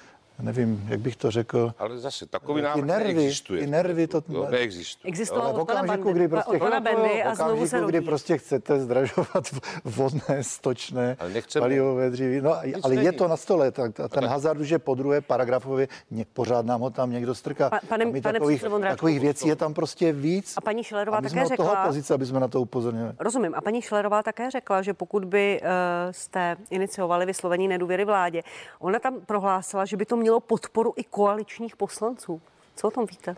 nevím, jak bych to řekl. Ale zase takový návrh neexistuje. Ty nervy to no, neexistuje. Existoval v okamžiku, kdy prostě, a znovu se kdy prostě chcete zdražovat vodné, stočné, palivové dříví. No, ale je to na stole. Tak, ten hazard už je po druhé paragrafově, pořád nám ho tam někdo strká. Pa, pane, pane takových, takových věcí je tam prostě víc. A paní Schillerová také řekla. řekla. Toho pozice, aby jsme na to upozornili. Rozumím. A paní Schillerová také řekla, že pokud by uh, jste iniciovali vyslovení nedůvěry vládě, ona tam prohlásila, že by to mělo podporu i koaličních poslanců. Co o tom víte?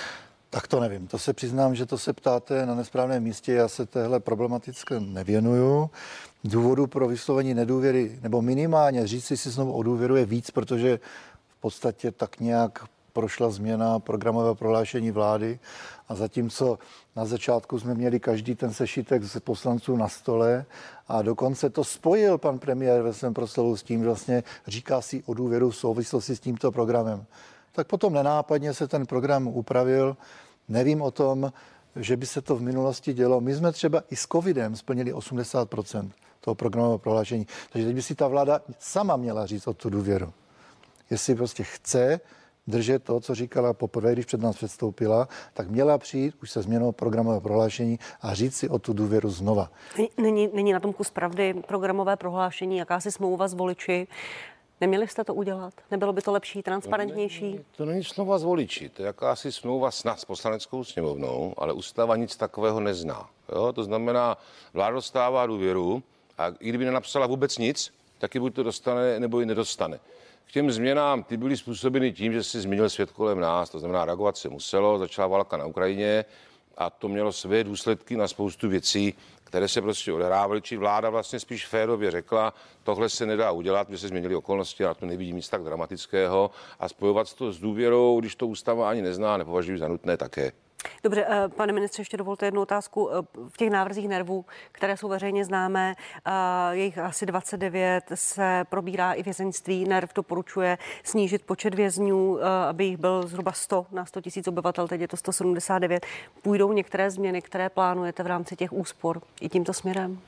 Tak to nevím. To se přiznám, že to se ptáte na nesprávném místě. Já se téhle problematické nevěnuju. Důvodu pro vyslovení nedůvěry, nebo minimálně říct si znovu o důvěru je víc, protože v podstatě tak nějak prošla změna programového prohlášení vlády a zatímco na začátku jsme měli každý ten sešitek z poslanců na stole a dokonce to spojil pan premiér ve svém proslovu s tím, že vlastně říká si o důvěru v souvislosti s tímto programem. Tak potom nenápadně se ten program upravil. Nevím o tom, že by se to v minulosti dělo. My jsme třeba i s covidem splnili osmdesát procent toho programového prohlášení. Takže teď by si ta vláda sama měla říct o tu důvěru. Jestli prostě chce držet to, co říkala poprvé, když před nás předstoupila, tak měla přijít už se změnou programového prohlášení a říct si o tu důvěru znova. Není, není na tom kus pravdy programové prohlášení, jakási smlouva s voliči. Neměli jste to udělat? Nebylo by to lepší, transparentnější? To není, to není smlouva s voliči, to je jakási smlouva snad s Poslaneckou sněmovnou, ale ústava nic takového nezná. Jo? To znamená, vláda dostává důvěru a i kdyby nenapsala vůbec nic, tak ji buď to dostane, nebo ji nedostane. K těm změnám ty byly způsobeny tím, že se změnil svět kolem nás, to znamená reagovat se muselo, začala válka na Ukrajině a to mělo své důsledky na spoustu věcí, které se prostě odehrávaly, či vláda vlastně spíš férově řekla, tohle se nedá udělat, že se změnily okolnosti a na to nevidím nic tak dramatického a spojovat to s důvěrou, když to ústava ani nezná, nepovažuji za nutné také. Dobře, pane ministře, ještě dovolte jednu otázku. V těch návrzích nervů, které jsou veřejně známé, jejich asi dvacet devět, se probírá i vězeňství. Nerv doporučuje snížit počet vězňů, aby jich byl zhruba sto na sto tisíc obyvatel, teď je to sto sedmdesát devět. Půjdou některé změny, které plánujete v rámci těch úspor i tímto směrem?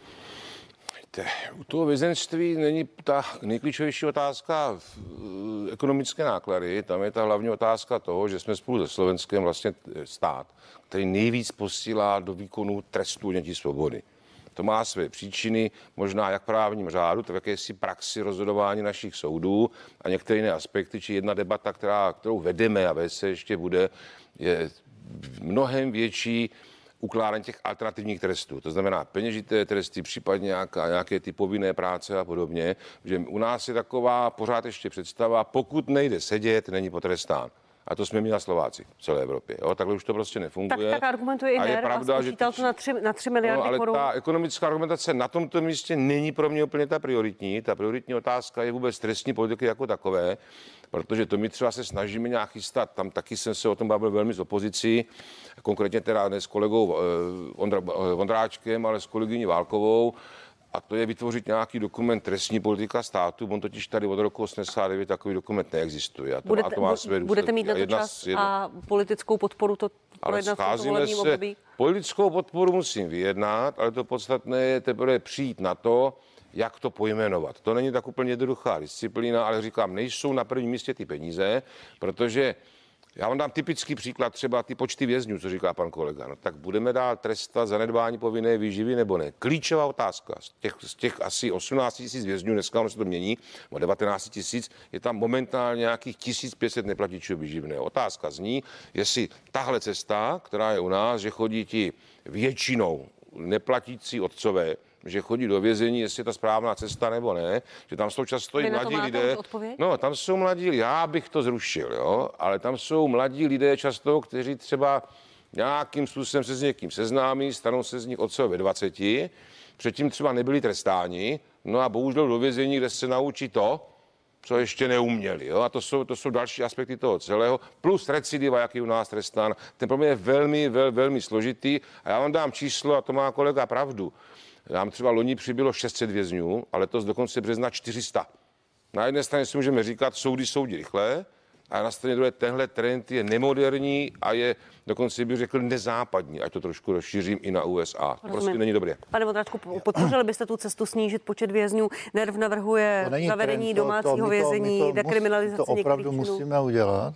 U toho vězeňství není ta nejklíčovější otázka ekonomické náklady. Tam je ta hlavní otázka toho, že jsme spolu se Slovenskem vlastně stát, který nejvíc posílá do výkonu trestu odnětí svobody. To má své příčiny, možná jak v právním řádu, tak v jakési praxi rozhodování našich soudů a některé jiné aspekty, či jedna debata, která, kterou vedeme a ve se ještě bude, je mnohem větší ukládání těch alternativních trestů. To znamená peněžité tresty, případně nějaká, nějaké ty povinné práce a podobně. Že u nás je taková pořád ještě představa, pokud nejde sedět, není potrestán. A to jsme měli na Slováci v celé Evropě. Jo? Takhle už to prostě nefunguje. Tak, tak argumentuje i Ner, a spočítal to na tři, na tři miliardy no, korun. Ale ta ekonomická argumentace na tomto místě není pro mě úplně ta prioritní. Ta prioritní otázka je vůbec trestní politiky jako takové, protože to my třeba se snažíme nějak chystat. Tam taky jsem se o tom bavil velmi s opozicí, konkrétně teda ne s kolegou Ondra, Vondráčkem, ale s kolegyní Válkovou. A to je vytvořit nějaký dokument trestní politika státu. On totiž tady od roku osmdesát devět takový dokument neexistuje. A to budete, má, to má své budete mít na to čas a politickou podporu to projednat v tomto volebním období? Politickou podporu musím vyjednat, ale to podstatné je teprve přijít na to, jak to pojmenovat. To není tak úplně jednoduchá disciplína, ale říkám, nejsou na prvním místě ty peníze, protože já vám dám typický příklad, třeba ty počty vězňů, co říká pan kolega. No, tak budeme dál trestat zanedbání povinné výživy nebo ne? Klíčová otázka. Z těch, z těch asi osmnáct tisíc vězňů, dneska ono se to mění, o devatenáct tisíc, je tam momentálně nějakých tisíc pět set neplatičů výživného. Otázka zní, jestli tahle cesta, která je u nás, že chodí ti většinou neplatící otcové že chodí do vězení, jestli je ta správná cesta nebo ne, že tam jsou často i mladí lidé. No, tam jsou mladí, já bych to zrušil, jo, ale tam jsou mladí lidé často, kteří třeba nějakým způsobem se s někým seznámí, stanou se z nich od sebe ve dvaceti, předtím třeba nebyli trestáni, no a bohužel do vězení, kde se naučí to, co ještě neuměli. Jo? A to jsou, to jsou další aspekty toho celého, plus recidiva, jaký u nás trestán. Ten problém je velmi, vel, velmi složitý a já vám dám číslo, a to má kolega pravdu. Nám třeba loni přibylo šest set vězňů, ale letos do konce března čtyři sta. Na jedné straně si můžeme říkat, soudy soudí rychle, a na straně druhé tenhle trend je nemoderní a je dokonce bych řekl nezápadní, ať to trošku rozšířím i na U S A. Rozumím. Prostě není dobré. Pane Vondráčku, podpořili byste tu cestu snížit počet vězňů? NERV navrhuje zavedení to, domácího to, vězení, to, dekriminalizaci některých činů. To opravdu činů. musíme udělat.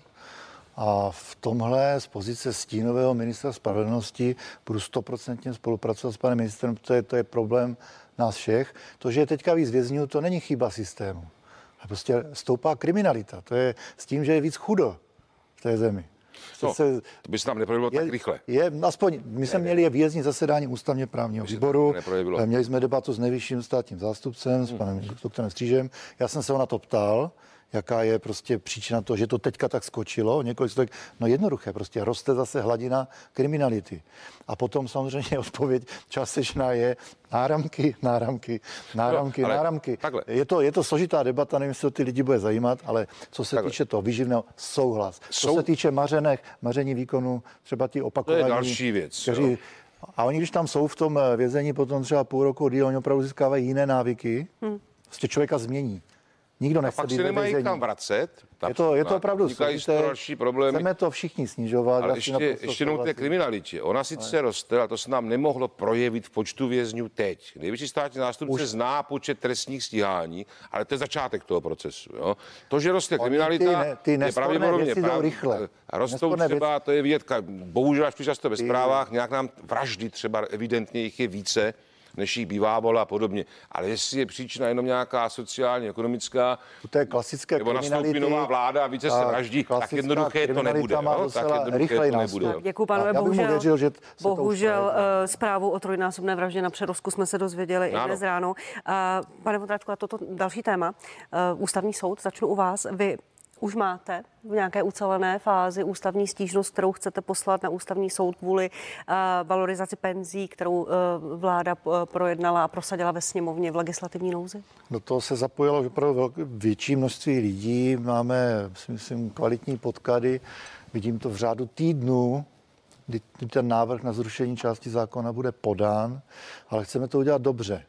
A v tomhle z pozice stínového ministra spravedlnosti budu stoprocentně spolupracovat s panem ministrem, protože to je problém nás všech. To, že je teďka víc vězňů, to není chyba systému. A prostě stoupá kriminalita. To je s tím, že je víc chudo v té zemi. No, se, to by se nám neprojevilo tak rychle. Je, aspoň, my jsme měli výjezdní zasedání ústavně právního výboru. Měli jsme debatu s nejvyšším státním zástupcem, hmm. s panem doktorem Střížem. Já jsem se ho na to ptal, jaká je prostě příčina toho, že to teďka tak skočilo, několik stovek, no jednoduché, prostě roste zase hladina kriminality. A potom samozřejmě odpověď částečná je náramky, náramky, náramky, no, náramky. Je to, je to složitá debata, nevím, jestli to ty lidi bude zajímat, ale co se takhle. týče toho výživného, souhlas. Co Sou... se týče mařenek, maření výkonu, třeba ti opakovaní. To je další věc. Kteří, a oni, když tam jsou v tom vězení potom třeba půl roku díl, oni opravdu získávají jiné návyky, hmm. prostě člověka změní. Nikdo nechce a pak si nemají kam vracet. Je to, je to opravdu složité. Další problémy. Chceme to všichni snižovat. Ale ještě, ještě jenom té kriminalitě. Ona sice ale. roste, ale to se nám nemohlo projevit v počtu vězňů teď. Nejvyšší státní zástupce Už. zná počet trestních stíhání, ale to je začátek toho procesu. Jo? To, že roste kriminalita, ty, ty je pravděpodobně prav... rychle. Rostou nesporné třeba, věc... to je vidět, bohužel až často ve zprávách, nějak nám vraždy třeba evidentně jich je více, než jich bývávalo a podobně. Ale jestli je příčina jenom nějaká sociálně ekonomická, to je klasické nebo nastoupí nová vláda a více se vraždí, tak jednoduché to nebude. Jo? Tak jednoduché to nebude. Děkuji, pánové. Bohužel, věřil, že bohužel uh, zprávu o trojnásobné vraždě na Přerovsku jsme se dozvěděli i dnes ráno. Uh, pane Vondráčku, a toto další téma. Uh, Ústavní soud, začnu u vás. Vy už máte v nějaké ucelené fázi ústavní stížnost, kterou chcete poslat na ústavní soud kvůli uh, valorizaci penzí, kterou uh, vláda uh, projednala a prosadila ve sněmovně v legislativní nouzi? Do toho se zapojilo opravdu větší množství lidí. Máme, si myslím, kvalitní podklady. Vidím to v řádu týdnů, kdy ten návrh na zrušení části zákona bude podán, ale chceme to udělat dobře.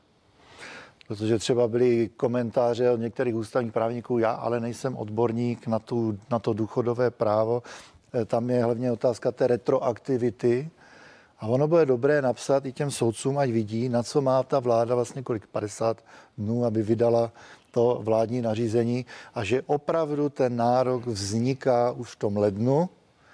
Protože třeba byly komentáře od některých ústavních právníků, já ale nejsem odborník na, tu, na to důchodové právo. Tam je hlavně otázka té retroaktivity. A ono bude dobré napsat i těm soudcům, ať vidí, na co má ta vláda vlastně kolik padesát dnů, aby vydala to vládní nařízení a že opravdu ten nárok vzniká už v tom lednu.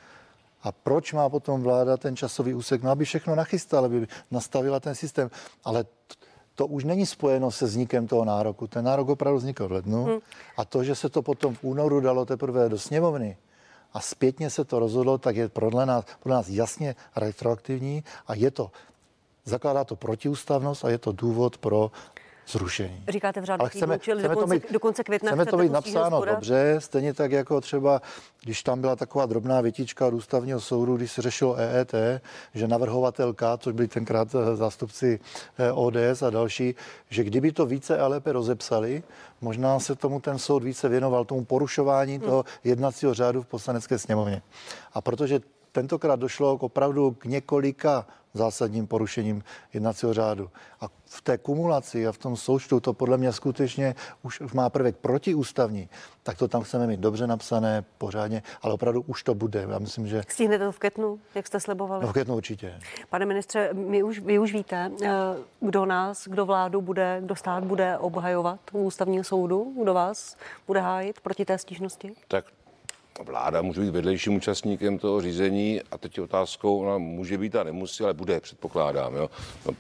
A proč má potom vláda ten časový úsek? No, aby všechno nachystala, aby nastavila ten systém. Ale to už není spojeno se vznikem toho nároku. Ten nárok opravdu vznikl v lednu. Hmm. A to, že se to potom v únoru dalo teprve do sněmovny a zpětně se to rozhodlo, tak je pro nás, pro nás jasně retroaktivní a je to, zakládá to protiústavnost a je to důvod pro zrušení. Říkáte v řádu týdnu, čili do konce, do konce května chceme to být napsáno dobře, stejně tak jako třeba, když tam byla taková drobná větička od ústavního soudu, když se řešilo E E T, že navrhovatelka, což byli tenkrát zástupci O D S a další, že kdyby to více a lépe rozepsali, možná se tomu ten soud více věnoval, tomu porušování hmm. toho jednacího řádu v Poslanecké sněmovně. A protože tentokrát došlo k opravdu k několika zásadním porušením jednacího řádu. A v té kumulaci a v tom součtu to podle mě skutečně už má prvek protiústavní, tak to tam chceme mít dobře napsané, pořádně, ale opravdu už to bude. Já myslím, že... Stihnete to v květnu, jak jste slibovali? No v květnu určitě. Pane ministře, my už, vy už víte, kdo nás, kdo vládu bude, kdo stát bude obhajovat u ústavního soudu, kdo vás bude hájit proti té stížnosti? Tak vláda může být vedlejším účastníkem toho řízení a teď je otázkou, ona může být a nemusí, ale bude, předpokládám. Jo. No,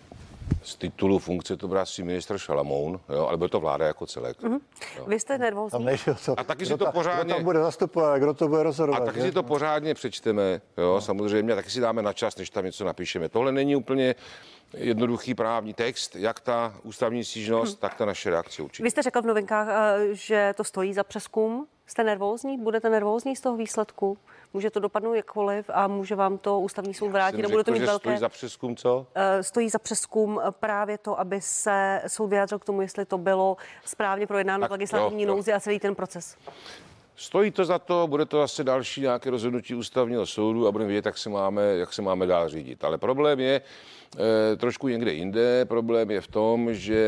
Z titulu funkce to byl asi ministr Šalamoun, jo, ale byl to vláda jako celek. Mm-hmm. Vy jste nervózní. A taky si to ta, pořádně... Kdo tam bude zastupovat, kdo to bude rozhodovat. A taky si to pořádně přečteme, jo, no. Samozřejmě, a taky si dáme na čas, než tam něco napíšeme. Tohle není úplně jednoduchý právní text, jak ta ústavní stížnost, hmm. tak ta naše reakce určitě. Vy jste řekl v novinkách, že to stojí za přezkum. Jste nervózní? Budete nervózní z toho výsledku? Může to dopadnout jakkoliv a může vám to ústavní soud vrátit? Jsem Nebude to řekl, mít že velké... stojí za přezkum, co? Stojí za přezkum právě to, aby se soud vyjádřil k tomu, jestli to bylo správně projednáno v legislativní jo, nouzi a celý ten proces. Stojí to za to, bude to zase další nějaké rozhodnutí ústavního soudu a budeme vědět, jak se máme, jak se máme dál řídit. Ale problém je e, trošku někde jinde. Problém je v tom, že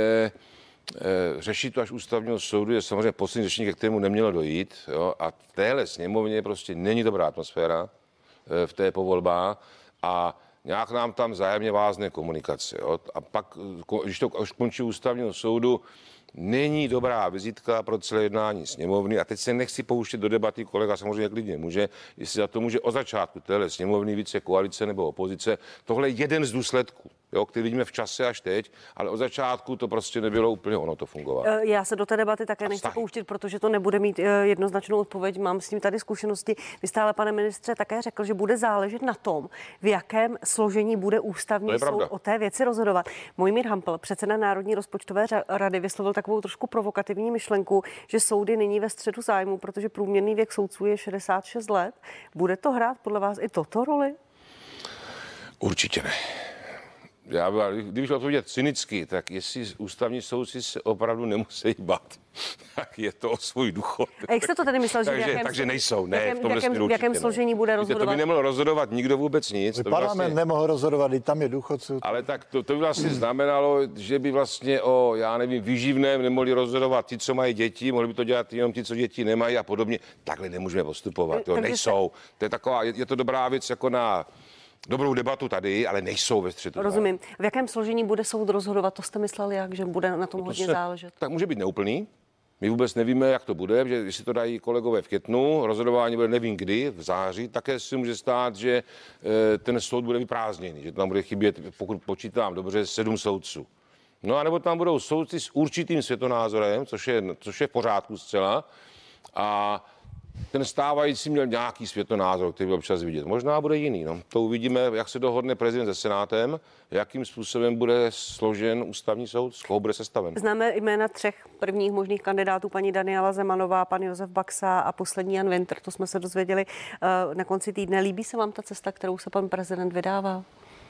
e, řešit to až ústavního soudu je samozřejmě poslední řešení, ke kterému nemělo dojít. Jo? A v téhle sněmovně prostě není dobrá atmosféra e, v té povolbách a nějak nám tam vzájemně vázne komunikace. Jo? A pak, když to už končí ústavního soudu, není dobrá vizitka pro celé jednání sněmovny a teď se nechci pouštět do debaty, kolega samozřejmě klidně může, jestli za to může od začátku téhle sněmovny více koalice nebo opozice. Tohle je jeden z důsledků, jo, který vidíme v čase až teď, ale od začátku to prostě nebylo úplně ono to fungovalo. Já se do té debaty také nechci pouštět, protože to nebude mít jednoznačnou odpověď. Mám s tím tady zkušenosti. Vy jste ale, pane ministře, také řekl, že bude záležet na tom, v jakém složení bude ústavní soud o té věci rozhodovat. Mojmír Hampl, předseda Národní rozpočtové rady, vyslovil takovou trošku provokativní myšlenku, že soudy nyní ve střetu zájmu, protože průměrný věk soudců je šedesát šest let. Bude to hrát podle vás i toto roli? Určitě ne. Já, když odpovědět cynicky, tak jestli ústavní soudci se opravdu nemusí bát, tak je to o svůj důchod. A jak jste to tedy myslel, že takže, v jakém, takže nejsou, ne, jakém, v tomhle jakém, v jakém složení bude rozhodovat? Víte, to by nemohl rozhodovat nikdo vůbec nic. Parlament vlastně, nemohl rozhodovat, i tam je důchodců. Ale tak to, to by vlastně znamenalo, že by vlastně o, já nevím, výživném nemohli rozhodovat ti, co mají děti, mohli by to dělat jenom ti, co děti nemají a podobně. Takhle nemůžeme postupovat, to nejsou. To je taková, je, je to dobrá věc jako na dobrou debatu tady, ale nejsou ve střetu. Rozumím. V jakém složení bude soud rozhodovat? To jste myslel jak, že bude na tom to hodně se, záležet? Tak může být neúplný. My vůbec nevíme, jak to bude, že jestli to dají kolegové v květnu, rozhodování bude nevím kdy, v září, také si může stát, že e, ten soud bude vyprázdněný, že tam bude chybět, pokud počítám dobře, sedm soudců. No a nebo tam budou soudci s určitým světonázorem, což je, což je v pořádku zcela, a ten stávající měl nějaký světonázor, který byl občas vidět. Možná bude jiný. No. To uvidíme, jak se dohodne prezident se senátem, jakým způsobem bude složen ústavní soud, z koho bude sestaven. Známe jména třech prvních možných kandidátů, paní Daniela Zemanová, pan Josef Baxa a poslední Jan Wintr. To jsme se dozvěděli uh, na konci týdne. Líbí se vám ta cesta, kterou se pan prezident vydává?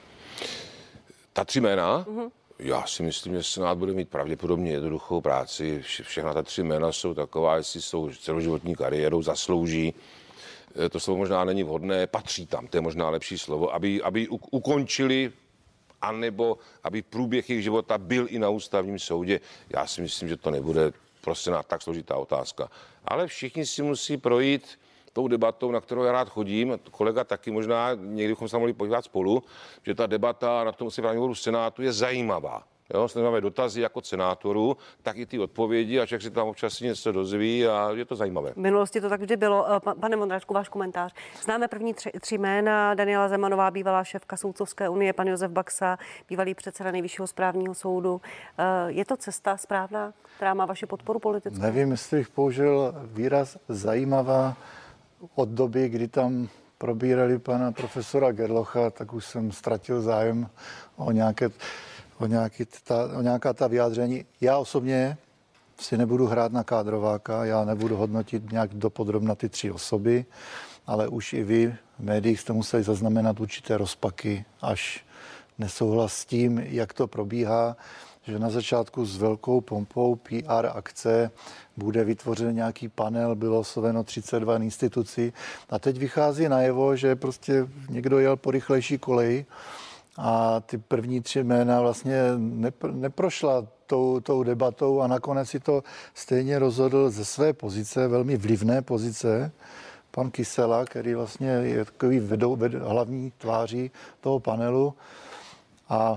Ta tři jména? Mm-hmm. Já si myslím, že Senát bude mít pravděpodobně jednoduchou práci. Vše, všechna ta tři jména jsou taková, jestli jsou celoživotní kariérou, zaslouží. To slovo možná není vhodné, patří tam, to je možná lepší slovo, aby, aby u, ukončili, anebo aby průběh jejich života byl i na ústavním soudě. Já si myslím, že to nebude pro Senát tak složitá otázka. Ale všichni si musí projít tou debatou, na kterou já rád chodím, kolega taky možná, někdy bychom se mohli podívat spolu, že ta debata na tom ústavním Senátu je zajímavá. Jo, máme dotazy jako senátorů, tak i ty odpovědi, a člověk si tam občas si něco dozví a je to zajímavé. V minulosti to tak vždy bylo. Pane Vondráčku, váš komentář. Známe první tři, tři jména: Daniela Zemanová, bývalá šéfka Soudcovské unie, pan Josef Baxa, bývalý předseda Nejvyššího správního soudu. Je to cesta správná, která má vaši podporu politickou? Nevím, jestli bych použil výraz zajímavá. Od doby, kdy tam probírali pana profesora Gerlocha, tak už jsem ztratil zájem o nějaké O, nějaký ta, o nějaká ta vyjádření. Já osobně si nebudu hrát na kádrováka, já nebudu hodnotit nějak dopodrobna ty tři osoby, ale už i vy v médiích jste museli zaznamenat určité rozpaky, až nesouhlas s tím, jak to probíhá, že na začátku s velkou pompou P R akce bude vytvořen nějaký panel, bylo osloveno třicet dva institucí a teď vychází najevo, že prostě někdo jel po rychlejší koleji a ty první tři jména vlastně nepr- neprošla tou, tou debatou a nakonec si to stejně rozhodl ze své pozice, velmi vlivné pozice, pan Kysela, který vlastně je takový vedou, ved, hlavní tváří toho panelu. A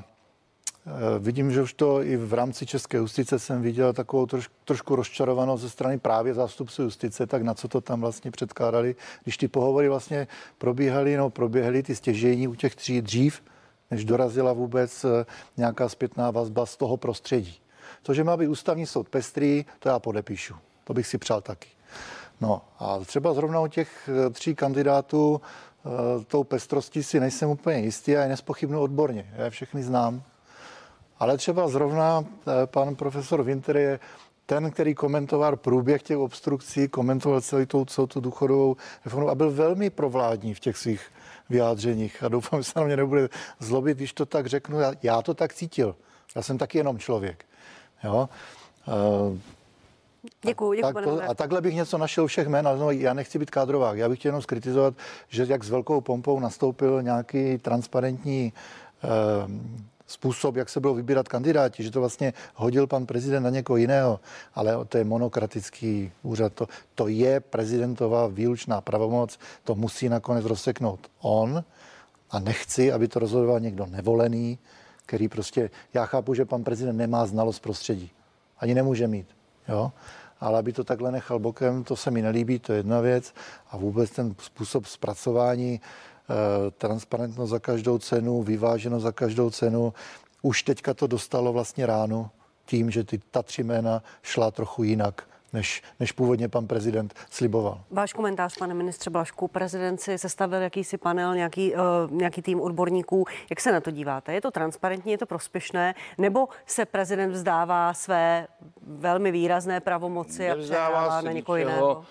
e, vidím, že už to i v rámci české justice jsem viděl takovou troš, trošku rozčarovanost ze strany právě zástupců justice, tak na co to tam vlastně předkládali, když ty pohovory vlastně probíhaly, no proběhly ty stěžejní u těch tří dřív, než dorazila vůbec nějaká zpětná vazba z toho prostředí. To, že má být ústavní soud pestrý, to já podepíšu. To bych si přál taky. No a třeba zrovna u těch tří kandidátů tou pestrostí si nejsem úplně jistý a je nespochybnu odborně. Já je všechny znám. Ale třeba zrovna pan profesor Winter je ten, který komentoval průběh těch obstrukcí, komentoval celou tu, celou tu důchodovou reformu a byl velmi provládní v těch svých vyjádřeních. A doufám, že se na mě nebude zlobit, když to tak řeknu. Já, já to tak cítil. Já jsem taky jenom člověk. Jo? Uh, Děkuju, děkuju, tak to, a takhle bych něco našel všech jmen, ale no, já nechci být kádrovák. Já bych chtěl jenom skritizovat, že jak s velkou pompou nastoupil nějaký transparentní uh, způsob, jak se bylo vybírat kandidáti, že to vlastně hodil pan prezident na někoho jiného, ale to je monokratický úřad. To, to je prezidentová výlučná pravomoc, to musí nakonec rozseknout on a nechci, aby to rozhodoval někdo nevolený, který prostě, já chápu, že pan prezident nemá znalost prostředí. Ani nemůže mít, jo? Ale aby to takhle nechal bokem, to se mi nelíbí, to je jedna věc. A vůbec ten způsob zpracování, transparentnost za každou cenu, vyváženost za každou cenu. Už teďka to dostalo vlastně ránu tím, že ty ta tři jména šla trochu jinak, než, než původně pan prezident sliboval. Váš komentář, pane ministře Blažku, prezident si sestavil jakýsi panel, nějaký, uh, nějaký tým odborníků. Jak se na to díváte? Je to transparentní, je to prospěšné? Nebo se prezident vzdává své velmi výrazné pravomoci a předává na někoho jiného?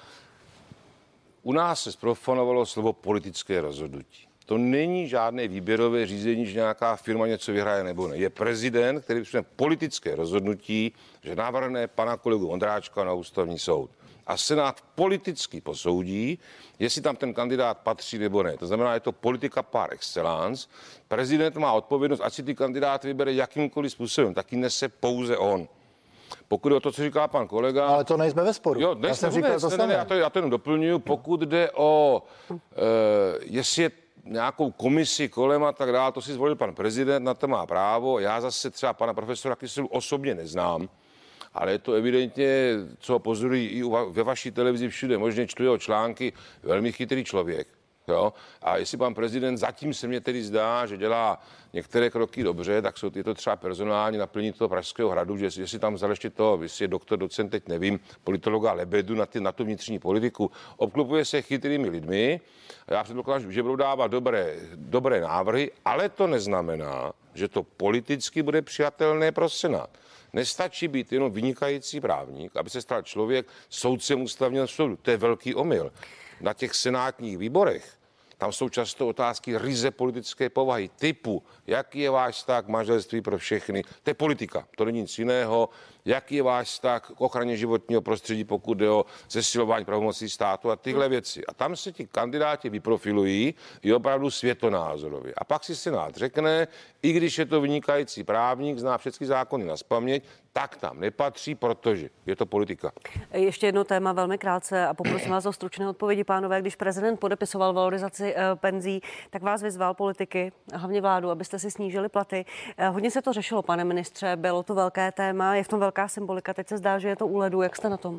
U nás se zprofanovalo slovo politické rozhodnutí. To není žádné výběrové řízení, že nějaká firma něco vyhraje nebo ne. Je prezident, který přijme politické rozhodnutí, že navrhne pana kolegu Ondráčka na ústavní soud. A Senát politicky posoudí, jestli tam ten kandidát patří nebo ne. To znamená, je to politika par excellence. Prezident má odpovědnost, ať si ty kandidát vybere jakýmkoliv způsobem, taky nese pouze on. Pokud je o to, co říká pan kolega... Ale to nejsme ve sporu. Jo, já jsem vůbec, říkal to ne, samé. Ne, já to, já to jenom doplňuji. Pokud jde o, e, jestli je nějakou komisi kolem a tak dále, to si zvolil pan prezident, na to má právo. Já zase třeba pana profesora Kyselu osobně neznám, ale je to evidentně, co pozorují i ve vaší televizi všude, možná čtu jeho články, velmi chytrý člověk. Jo? A jestli pan prezident, zatím se mně tedy zdá, že dělá některé kroky dobře, tak jsou je to třeba personální naplnění toho Pražského hradu, že jestli tam vzal ještě to, jestli je doktor, docent, teď nevím, politologa Lebedu na, ty, na tu vnitřní politiku, obklopuje se chytrými lidmi. A já předpokládám, že budou dávat dobré, dobré návrhy, ale to neznamená, že to politicky bude přijatelné pro Senát. Nestačí být jenom vynikající právník, aby se stal člověk soudcem ústavního soudu. To je velký omyl. Na těch senátních výborech, tam jsou často otázky ryze politické povahy, typu, jaký je váš vztah k manželství pro všechny. To je politika, to není nic jiného. Jaký je váš vztah k ochraně životního prostředí, pokud jde o zesilování pravomocí státu a tyhle věci. A tam se ti kandidáti vyprofilují i opravdu světonázorově. A pak si Senát řekne, i když je to vynikající právník, zná všechny zákony nazpaměť, tak tam nepatří, protože je to politika. Ještě jedno téma velmi krátce a poprosím vás o stručné odpovědi, pánové. Když prezident podepisoval valorizaci e, penzí, tak vás vyzval politiky, hlavně vládu, abyste si snížili platy. E, hodně se to řešilo, pane ministře, bylo to velké téma, je v tom velká symbolika. Teď se zdá, že je to u ledu. Jak jste na tom?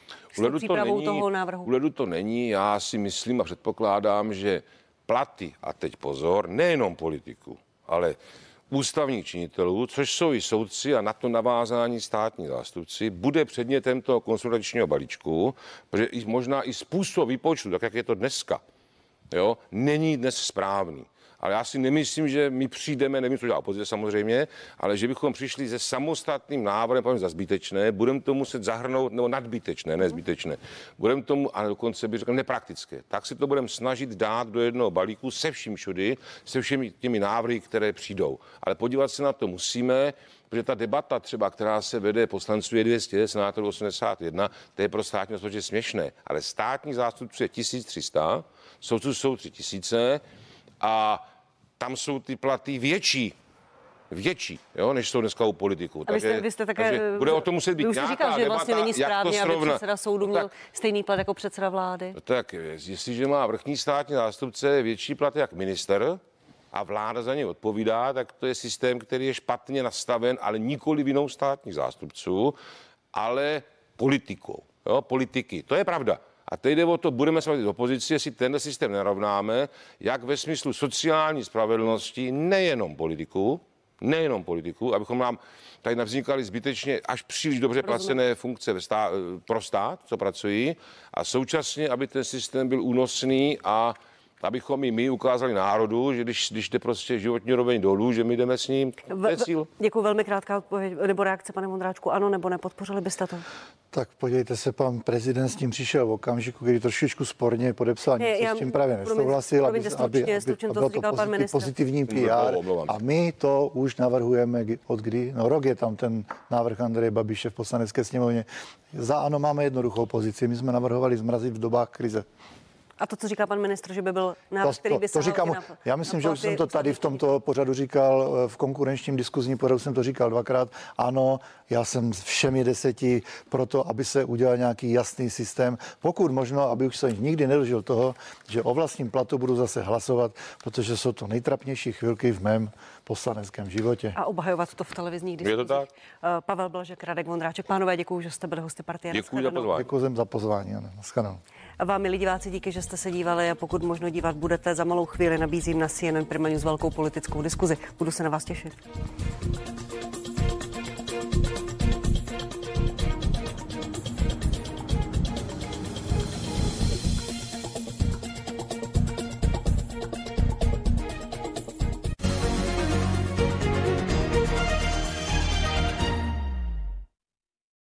U ledu to není, toho návrhu? U ledu to není. Já si myslím a předpokládám, že platy, a teď pozor, nejenom politiku, ale ústavních činitelů, což jsou i soudci a na to navázání státní zástupci, bude předmětem toho konsolidačního balíčku, protože i, možná i způsob výpočtu, tak jak je to dneska, jo, není dnes správný. Ale já si nemyslím, že my přijdeme, nevím, co dělá opozice samozřejmě, ale že bychom přišli se samostatným návrhem, povím za zbytečné, budeme to muset zahrnout, nebo nadbytečné, ne zbytečné. Budeme tomu, a dokonce bych řekl nepraktické. Tak si to budeme snažit dát do jednoho balíku se vším všudy, se všemi těmi návrhy, které přijdou. Ale podívat se na to musíme, protože ta debata třeba, která se vede poslanců je dvě stě, senátorů osmdesát jedna, to je pro státní rozpočet směšné. Ale státní zástupců je tisíc tři sta, soudců jsou tři tisíce a tam jsou ty platy větší, větší, jo, než jsou dneska u politiků. A vy jste, vy jste také, bude o tom muset být nějaká říkal, že debata, vlastně není správně, aby předseda soudu no, měl tak, stejný plat jako předseda vlády. Tak, jestliže má vrchní státní zástupce větší plat jak minister a vláda za ně odpovídá, tak to je systém, který je špatně nastaven, ale nikoli vinou státních zástupců, ale politikou, jo, politiky. To je pravda. A teď jde o to, budeme se bavit do opozice, jestli tenhle systém nerovnáme, jak ve smyslu sociální spravedlnosti nejenom politiků, nejenom politiků, abychom nám tady navznikaly zbytečně až příliš dobře placené funkce ve stá, pro stát, co pracují, a současně, aby ten systém byl únosný a abychom i my ukázali národu, že když, když jde prostě životní roveň dolů, že my jdeme s ním. To je cíl. Děkuji, velmi krátká odpověď, nebo reakce, pane Vondráčku. Ano, nebo nepodpořili byste to? Tak podívejte se, pan prezident s tím přišel v okamžiku, kdy trošičku sporně podepsal něco, s tím právě nesouhlasil, aby, stručně, aby, aby, stručně, aby to, bylo to to pozitiv, pozitivní P R. No, a my to už navrhujeme od kdy? No rok je tam ten návrh Andreje Babiše v Poslanecké sněmovně. Za ANO máme jednoduchou pozici. My jsme navrhovali zmrazit v dobách krize. A to, co říká pan ministr, že by byl návrh, který by to, to říkám, na, já myslím, že už jsem to tady v tomto pořadu říkal, v konkurenčním diskuzním pořadu jsem to říkal dvakrát. Ano, já jsem všemi deseti proto, aby se udělal nějaký jasný systém. Pokud možno, aby už se nikdy nedožil toho, že o vlastním platu budu zase hlasovat, protože jsou to nejtrapnější chvilky v mém poslaneckém životě. A obhajovat to v televizních diskuzích. Je to tak? Pavel Blažek, Radek Vondráček. Pánové, děkuji, že jste byli hosty Partie. Děkuji za pozvání. Děkuji za pozvání. Naschledanou. A vám, milí diváci, díky, že jste se dívali, a pokud možno dívat budete, za malou chvíli nabízím na C N N Prima News velkou politickou diskuzi. Budu se na vás těšit.